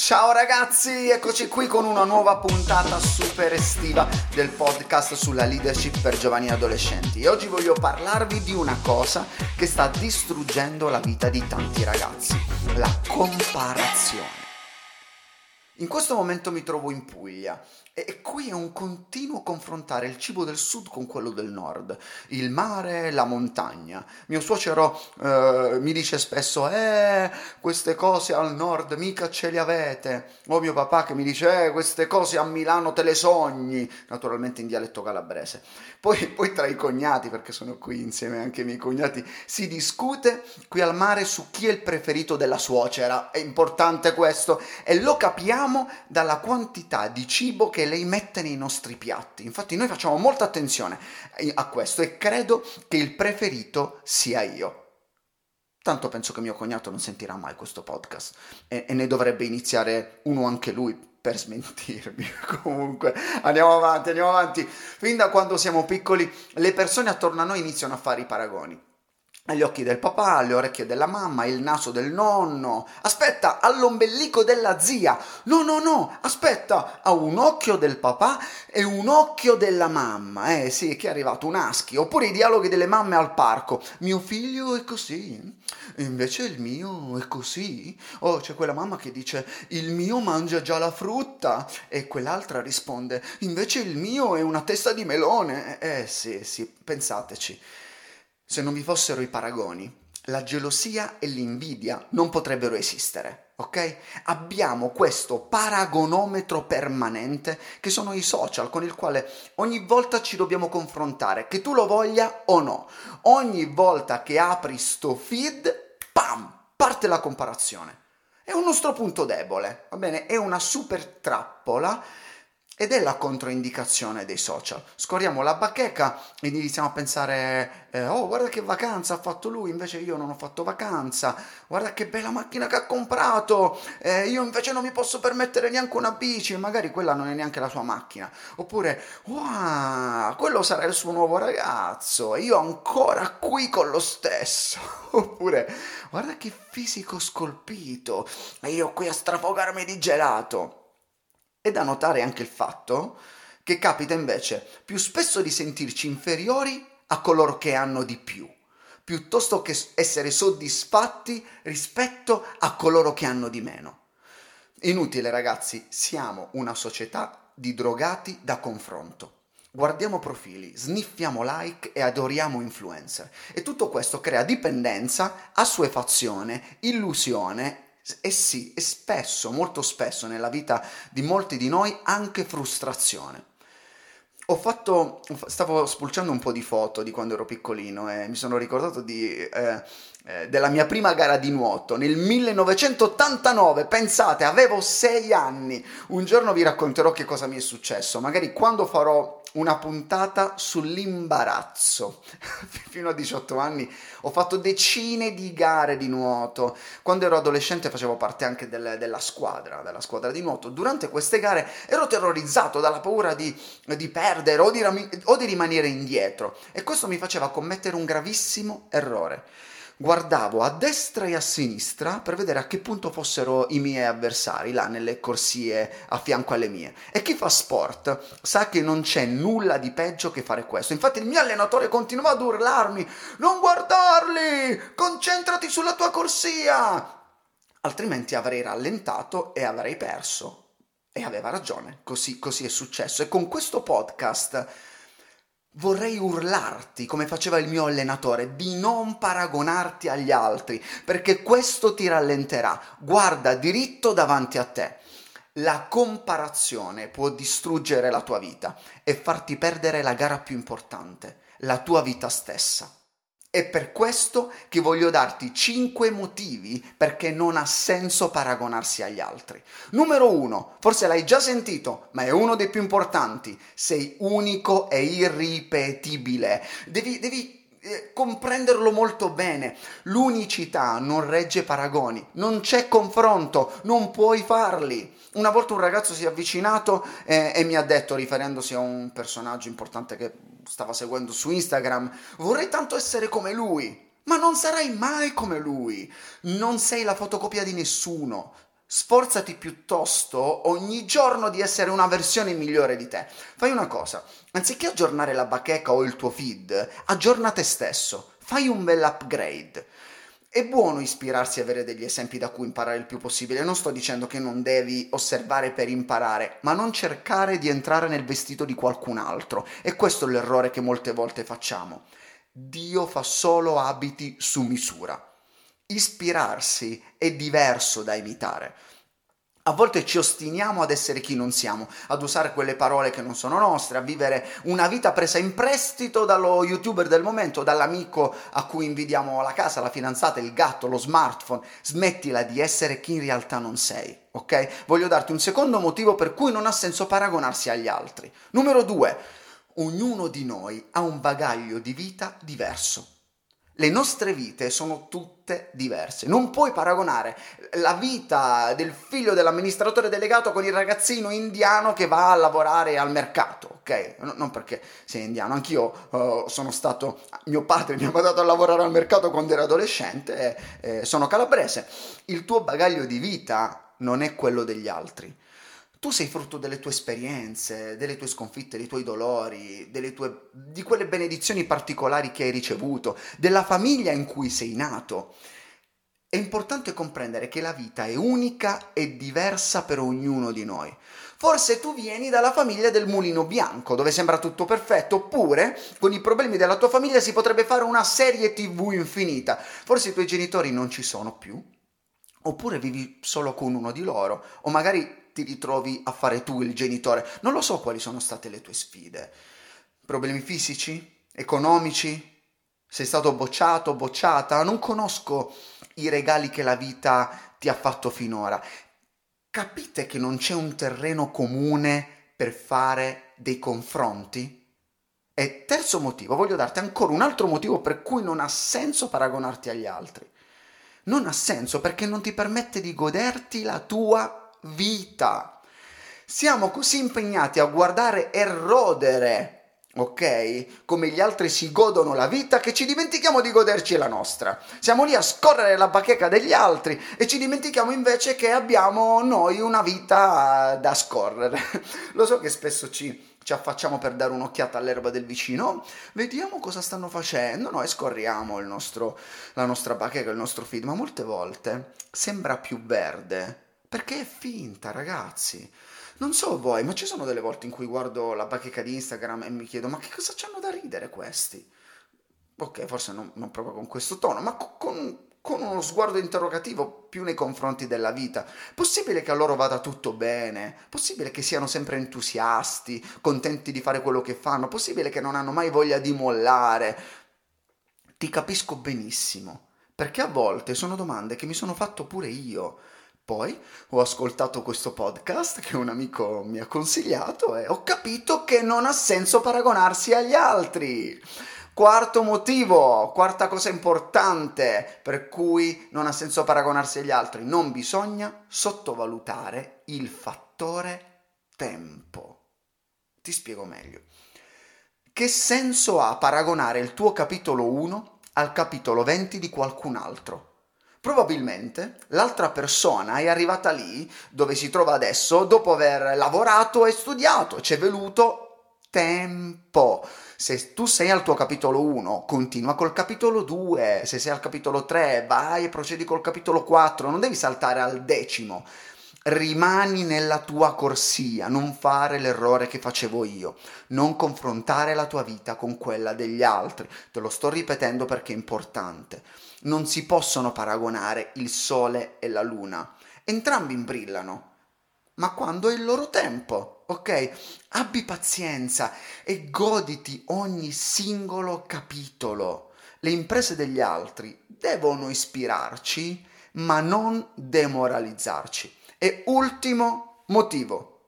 Ciao ragazzi, eccoci qui con una nuova puntata super estiva del podcast sulla leadership per giovani e adolescenti. E oggi voglio parlarvi di una cosa che sta distruggendo la vita di tanti ragazzi: la comparazione. In questo momento mi trovo in Puglia e qui è un continuo confrontare il cibo del sud con quello del nord, il mare, la montagna. Mio suocero mi dice spesso, queste cose al nord mica ce le avete. O mio papà che mi dice, queste cose a Milano te le sogni, naturalmente in dialetto calabrese. Poi tra i cognati, perché sono qui insieme anche ai miei cognati, si discute qui al mare su chi è il preferito della suocera. È importante questo e lo capiamo dalla quantità di cibo che lei mette nei nostri piatti. Infatti noi facciamo molta attenzione a questo e credo che il preferito sia io. Tanto penso che mio cognato non sentirà mai questo podcast e ne dovrebbe iniziare uno anche lui per smentirmi. Comunque andiamo avanti. Fin da quando siamo piccoli le persone attorno a noi iniziano a fare i paragoni. Agli occhi del papà, alle orecchie della mamma, il naso del nonno. Aspetta, all'ombelico della zia. No, aspetta, ha un occhio del papà e un occhio della mamma. Sì, che è arrivato un husky. Oppure i dialoghi delle mamme al parco. Mio figlio è così, invece il mio è così. Oh, c'è quella mamma che dice, il mio mangia già la frutta. E quell'altra risponde, invece il mio è una testa di melone. Sì, pensateci. Se non vi fossero i paragoni, la gelosia e l'invidia non potrebbero esistere, ok? Abbiamo questo paragonometro permanente che sono i social con il quale ogni volta ci dobbiamo confrontare, che tu lo voglia o no. Ogni volta che apri sto feed, pam, parte la comparazione. È un nostro punto debole, va bene? È una super trappola. Ed è la controindicazione dei social. Scorriamo la bacheca e iniziamo a pensare, oh guarda che vacanza ha fatto lui, invece io non ho fatto vacanza, guarda che bella macchina che ha comprato, io invece non mi posso permettere neanche una bici, e magari quella non è neanche la sua macchina. Oppure, wow, quello sarà il suo nuovo ragazzo, e io ancora qui con lo stesso. Oppure, guarda che fisico scolpito, e io qui a strafogarmi di gelato. È da notare anche il fatto che capita invece più spesso di sentirci inferiori a coloro che hanno di più, piuttosto che essere soddisfatti rispetto a coloro che hanno di meno. Inutile ragazzi, siamo una società di drogati da confronto. Guardiamo profili, sniffiamo like e adoriamo influencer. E tutto questo crea dipendenza, assuefazione, illusione e sì, e spesso, molto spesso nella vita di molti di noi anche frustrazione. Stavo spulciando un po' di foto di quando ero piccolino e mi sono ricordato della mia prima gara di nuoto nel 1989, pensate, avevo 6 anni. Un giorno vi racconterò che cosa mi è successo, magari quando farò una puntata sull'imbarazzo. Fino a 18 anni ho fatto decine di gare di nuoto. Quando ero adolescente facevo parte anche della squadra di nuoto. Durante queste gare ero terrorizzato dalla paura di perdere o di rimanere indietro e questo mi faceva commettere un gravissimo errore. Guardavo a destra e a sinistra per vedere a che punto fossero i miei avversari là nelle corsie a fianco alle mie. E chi fa sport sa che non c'è nulla di peggio che fare questo. Infatti il mio allenatore continuava ad urlarmi: non guardarli, concentrati sulla tua corsia, altrimenti avrei rallentato e avrei perso. E aveva ragione, così è successo. E con questo podcast vorrei urlarti, come faceva il mio allenatore, di non paragonarti agli altri, perché questo ti rallenterà. Guarda diritto davanti a te. La comparazione può distruggere la tua vita e farti perdere la gara più importante, la tua vita stessa. È per questo che voglio darti 5 motivi perché non ha senso paragonarsi agli altri. Numero 1, forse l'hai già sentito, ma è uno dei più importanti. Sei unico e irripetibile. Devi comprenderlo molto bene. L'unicità non regge paragoni, non c'è confronto, non puoi farli. Una volta un ragazzo si è avvicinato e mi ha detto, riferendosi a un personaggio importante che stava seguendo su Instagram, vorrei tanto essere come lui. Ma non sarai mai come lui. Non sei la fotocopia di nessuno. Sforzati piuttosto ogni giorno di essere una versione migliore di te. Fai una cosa, anziché aggiornare la bacheca o il tuo feed, aggiorna te stesso, fai un bel upgrade. È buono ispirarsi e avere degli esempi da cui imparare il più possibile. Non sto dicendo che non devi osservare per imparare, ma non cercare di entrare nel vestito di qualcun altro. E questo è l'errore che molte volte facciamo. Dio fa solo abiti su misura. Ispirarsi è diverso da imitare. A volte ci ostiniamo ad essere chi non siamo, ad usare quelle parole che non sono nostre, a vivere una vita presa in prestito dallo youtuber del momento, dall'amico a cui invidiamo la casa, la fidanzata, il gatto, lo smartphone. Smettila di essere chi in realtà non sei, ok? Voglio darti un secondo motivo per cui non ha senso paragonarsi agli altri. Numero 2. Ognuno di noi ha un bagaglio di vita diverso. Le nostre vite sono tutte diverse. Non puoi paragonare la vita del figlio dell'amministratore delegato con il ragazzino indiano che va a lavorare al mercato, ok? Non perché sei indiano, anch'io sono stato, mio padre mi ha mandato a lavorare al mercato quando ero adolescente, sono calabrese. Il tuo bagaglio di vita non è quello degli altri. Tu sei frutto delle tue esperienze, delle tue sconfitte, dei tuoi dolori, di quelle benedizioni particolari che hai ricevuto, della famiglia in cui sei nato. È importante comprendere che la vita è unica e diversa per ognuno di noi. Forse tu vieni dalla famiglia del mulino bianco, dove sembra tutto perfetto, oppure con i problemi della tua famiglia si potrebbe fare una serie TV infinita. Forse i tuoi genitori non ci sono più, oppure vivi solo con uno di loro, o magari ti ritrovi a fare tu il genitore. Non lo so quali sono state le tue sfide. Problemi fisici? Economici? Sei stato bocciato, bocciata? Non conosco i regali che la vita ti ha fatto finora. Capite che non c'è un terreno comune per fare dei confronti? E terzo motivo, voglio darti ancora un altro motivo per cui non ha senso paragonarti agli altri. Non ha senso perché non ti permette di goderti la tua vita. Siamo così impegnati a guardare erodere, ok? Come gli altri si godono la vita che ci dimentichiamo di goderci la nostra. Siamo lì a scorrere la bacheca degli altri e ci dimentichiamo invece che abbiamo noi una vita da scorrere. Lo so che spesso ci affacciamo per dare un'occhiata all'erba del vicino, vediamo cosa stanno facendo, noi scorriamo la nostra bacheca, il nostro feed, ma molte volte sembra più verde perché è finta, ragazzi. Non so voi, ma ci sono delle volte in cui guardo la bacheca di Instagram e mi chiedo ma che cosa c'hanno da ridere questi? Ok, forse non proprio con questo tono, ma con uno sguardo interrogativo più nei confronti della vita. Possibile che a loro vada tutto bene? Possibile che siano sempre entusiasti, contenti di fare quello che fanno? Possibile che non hanno mai voglia di mollare? Ti capisco benissimo, perché a volte sono domande che mi sono fatto pure io. Poi ho ascoltato questo podcast che un amico mi ha consigliato e ho capito che non ha senso paragonarsi agli altri. Quarto motivo, quarta cosa importante per cui non ha senso paragonarsi agli altri, non bisogna sottovalutare il fattore tempo. Ti spiego meglio. Che senso ha paragonare il tuo capitolo 1 al capitolo 20 di qualcun altro? Probabilmente l'altra persona è arrivata lì dove si trova adesso dopo aver lavorato e studiato, ci è voluto tempo. Se tu sei al tuo capitolo 1, continua col capitolo 2, se sei al capitolo 3, vai e procedi col capitolo 4, non devi saltare al 10º. Rimani nella tua corsia, non fare l'errore che facevo io, non confrontare la tua vita con quella degli altri. Te lo sto ripetendo perché è importante. Non si possono paragonare il sole e la luna. Entrambi brillano, ma quando è il loro tempo, ok? Abbi pazienza e goditi ogni singolo capitolo. Le imprese degli altri devono ispirarci, ma non demoralizzarci. E ultimo motivo,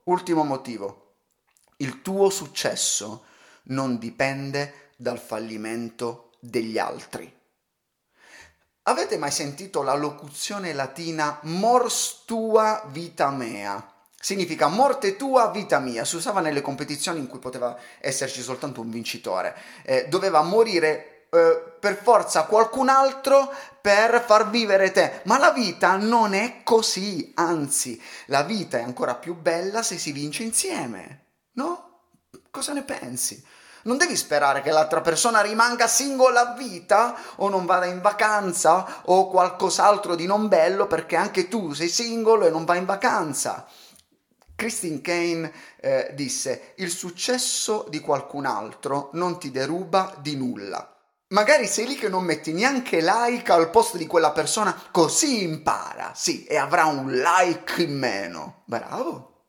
il tuo successo non dipende dal fallimento degli altri. Avete mai sentito la locuzione latina mors tua vita mea? Significa morte tua, vita mia. Si usava nelle competizioni in cui poteva esserci soltanto un vincitore. Doveva morire per forza qualcun altro per far vivere te, ma la vita non è così, anzi, la vita è ancora più bella se si vince insieme, no? Cosa ne pensi? Non devi sperare che l'altra persona rimanga single a vita o non vada in vacanza o qualcos'altro di non bello perché anche tu sei single e non vai in vacanza. Christine Kane disse: il successo di qualcun altro non ti deruba di nulla. Magari sei lì che non metti neanche like al post di quella persona, così impara, sì, e avrà un like in meno. Bravo.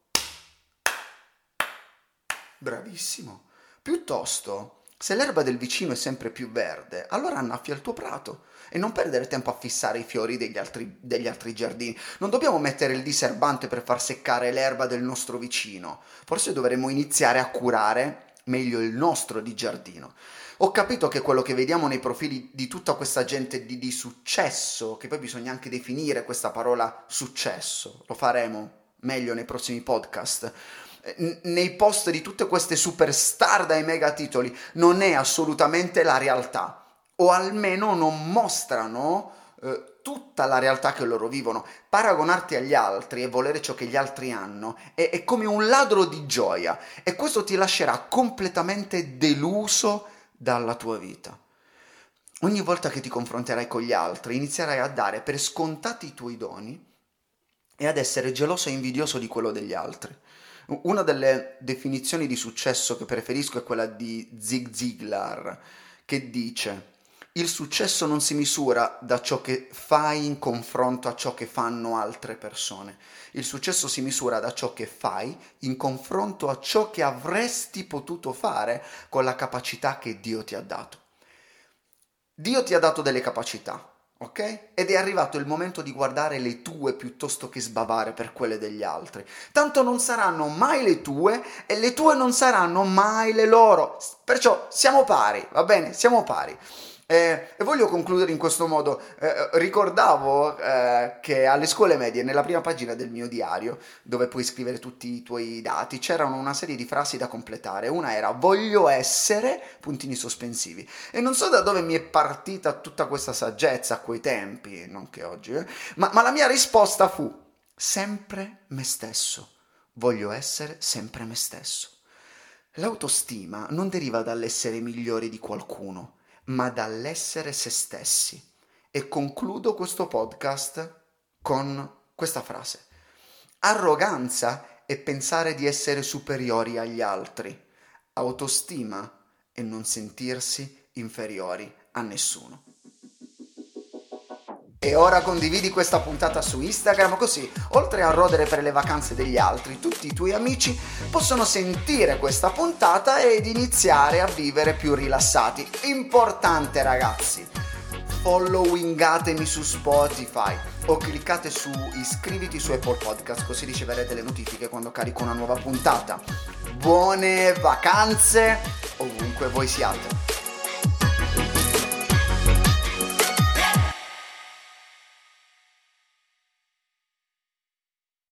Bravissimo. Piuttosto, se l'erba del vicino è sempre più verde, allora annaffia il tuo prato e non perdere tempo a fissare i fiori degli altri giardini. Non dobbiamo mettere il diserbante per far seccare l'erba del nostro vicino. Forse dovremmo iniziare a curare meglio il nostro di giardino. Ho capito che quello che vediamo nei profili di tutta questa gente di successo, che poi bisogna anche definire questa parola successo, lo faremo meglio nei prossimi podcast, nei post di tutte queste superstar dai mega titoli, non è assolutamente la realtà, o almeno non mostrano tutta la realtà che loro vivono. Paragonarti agli altri e volere ciò che gli altri hanno è come un ladro di gioia, e questo ti lascerà completamente deluso dalla tua vita. Ogni volta che ti confronterai con gli altri, inizierai a dare per scontati i tuoi doni e ad essere geloso e invidioso di quello degli altri. Una delle definizioni di successo che preferisco è quella di Zig Ziglar, che dice: il successo non si misura da ciò che fai in confronto a ciò che fanno altre persone. Il successo si misura da ciò che fai in confronto a ciò che avresti potuto fare con la capacità che Dio ti ha dato. Dio ti ha dato delle capacità, ok? Ed è arrivato il momento di guardare le tue piuttosto che sbavare per quelle degli altri. Tanto non saranno mai le tue e le tue non saranno mai le loro. Perciò siamo pari, va bene? Siamo pari. E voglio concludere in questo modo. Ricordavo che alle scuole medie, nella prima pagina del mio diario, dove puoi scrivere tutti i tuoi dati, c'erano una serie di frasi da completare. Una era: voglio essere, puntini sospensivi. E non so da dove mi è partita tutta questa saggezza a quei tempi, non che oggi, ma la mia risposta fu: sempre me stesso. Voglio essere sempre me stesso. L'autostima non deriva dall'essere migliori di qualcuno, ma dall'essere se stessi. E concludo questo podcast con questa frase: arroganza è pensare di essere superiori agli altri, autostima è non sentirsi inferiori a nessuno. E ora condividi questa puntata su Instagram, così, oltre a rodere per le vacanze degli altri, tutti i tuoi amici possono sentire questa puntata ed iniziare a vivere più rilassati. Importante, ragazzi, followingatemi su Spotify o cliccate su iscriviti su Apple Podcast, così riceverete le notifiche quando carico una nuova puntata. Buone vacanze ovunque voi siate.